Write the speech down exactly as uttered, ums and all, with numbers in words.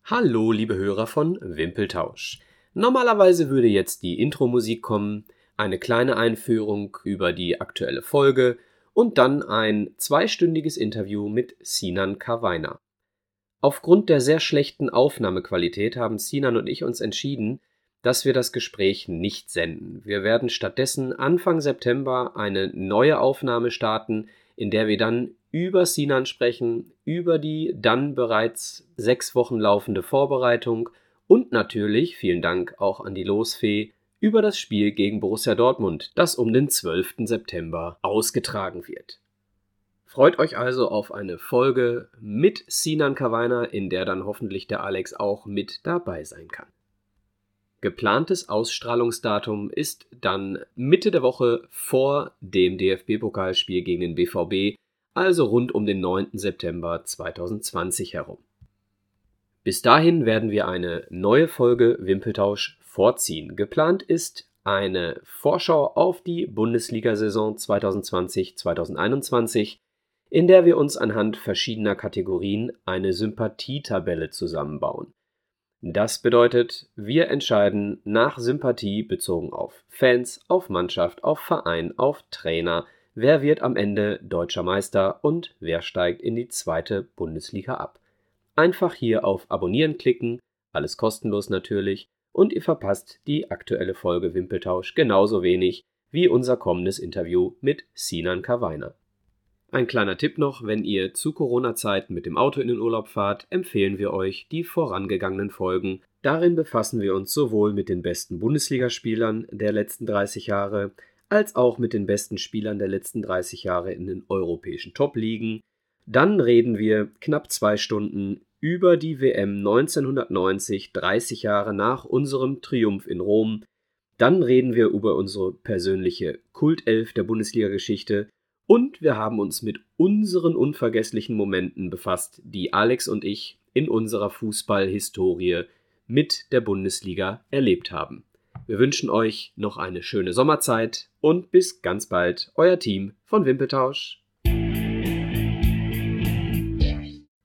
Hallo, liebe Hörer von Wimpeltausch. Normalerweise würde jetzt die Intro-Musik kommen, eine kleine Einführung über die aktuelle Folge und dann ein zweistündiges Interview mit Sinan Kawayna. Aufgrund der sehr schlechten Aufnahmequalität haben Sinan und ich uns entschieden, dass wir das Gespräch nicht senden. Wir werden stattdessen Anfang September eine neue Aufnahme starten, in der wir dann über Sinan sprechen, über die dann bereits sechs Wochen laufende Vorbereitung und natürlich, vielen Dank auch an die Losfee, über das Spiel gegen Borussia Dortmund, das um den zwölften September ausgetragen wird. Freut euch also auf eine Folge mit Sinan Kawayna, in der dann hoffentlich der Alex auch mit dabei sein kann. Geplantes Ausstrahlungsdatum ist dann Mitte der Woche vor dem D F B-Pokalspiel gegen den B V B, also rund um den neunten September zweitausendzwanzig herum. Bis dahin werden wir eine neue Folge Wimpeltausch vorziehen. Geplant ist eine Vorschau auf die Bundesliga-Saison zweitausendzwanzig zweitausendeinundzwanzig, in der wir uns anhand verschiedener Kategorien eine Sympathietabelle zusammenbauen. Das bedeutet, wir entscheiden nach Sympathie bezogen auf Fans, auf Mannschaft, auf Verein, auf Trainer, wer wird am Ende deutscher Meister und wer steigt in die zweite Bundesliga ab. Einfach hier auf Abonnieren klicken, alles kostenlos natürlich, und ihr verpasst die aktuelle Folge Wimpeltausch genauso wenig wie unser kommendes Interview mit Sinan Kawayna. Ein kleiner Tipp noch, wenn ihr zu Corona-Zeiten mit dem Auto in den Urlaub fahrt, empfehlen wir euch die vorangegangenen Folgen. Darin befassen wir uns sowohl mit den besten Bundesligaspielern der letzten dreißig Jahre, als auch mit den besten Spielern der letzten dreißig Jahre in den europäischen Top-Ligen. Dann reden wir knapp zwei Stunden über die W M neunzehnhundertneunzig, dreißig Jahre nach unserem Triumph in Rom. Dann reden wir über unsere persönliche Kultelf der Bundesliga-Geschichte. Und wir haben uns mit unseren unvergesslichen Momenten befasst, die Alex und ich in unserer Fußballhistorie mit der Bundesliga erlebt haben. Wir wünschen euch noch eine schöne Sommerzeit und bis ganz bald, euer Team von Wimpeltausch.